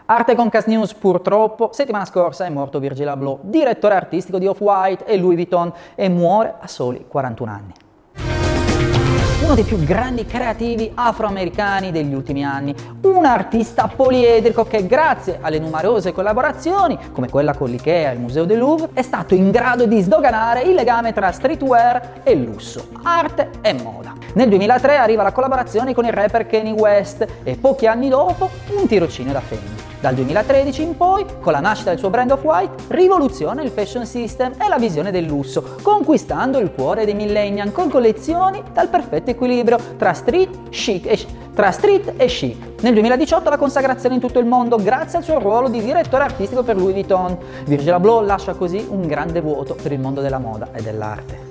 Arte con Cas News, purtroppo, settimana scorsa è morto Virgil Abloh, direttore artistico di Off-White e Louis Vuitton, e muore a soli 41 anni. Uno dei più grandi creativi afroamericani degli ultimi anni, un artista poliedrico che grazie alle numerose collaborazioni, come quella con l'Ikea e il Museo del Louvre, è stato in grado di sdoganare il legame tra streetwear e lusso, arte e moda. Nel 2003 arriva la collaborazione con il rapper Kanye West e pochi anni dopo un tirocinio da Fendi. Dal 2013 in poi, con la nascita del suo brand Off-White, rivoluziona il fashion system e la visione del lusso, conquistando il cuore dei millennial con collezioni dal perfetto equilibrio tra street e chic. Nel 2018 la consacrazione in tutto il mondo grazie al suo ruolo di direttore artistico per Louis Vuitton. Virgil Abloh lascia così un grande vuoto per il mondo della moda e dell'arte.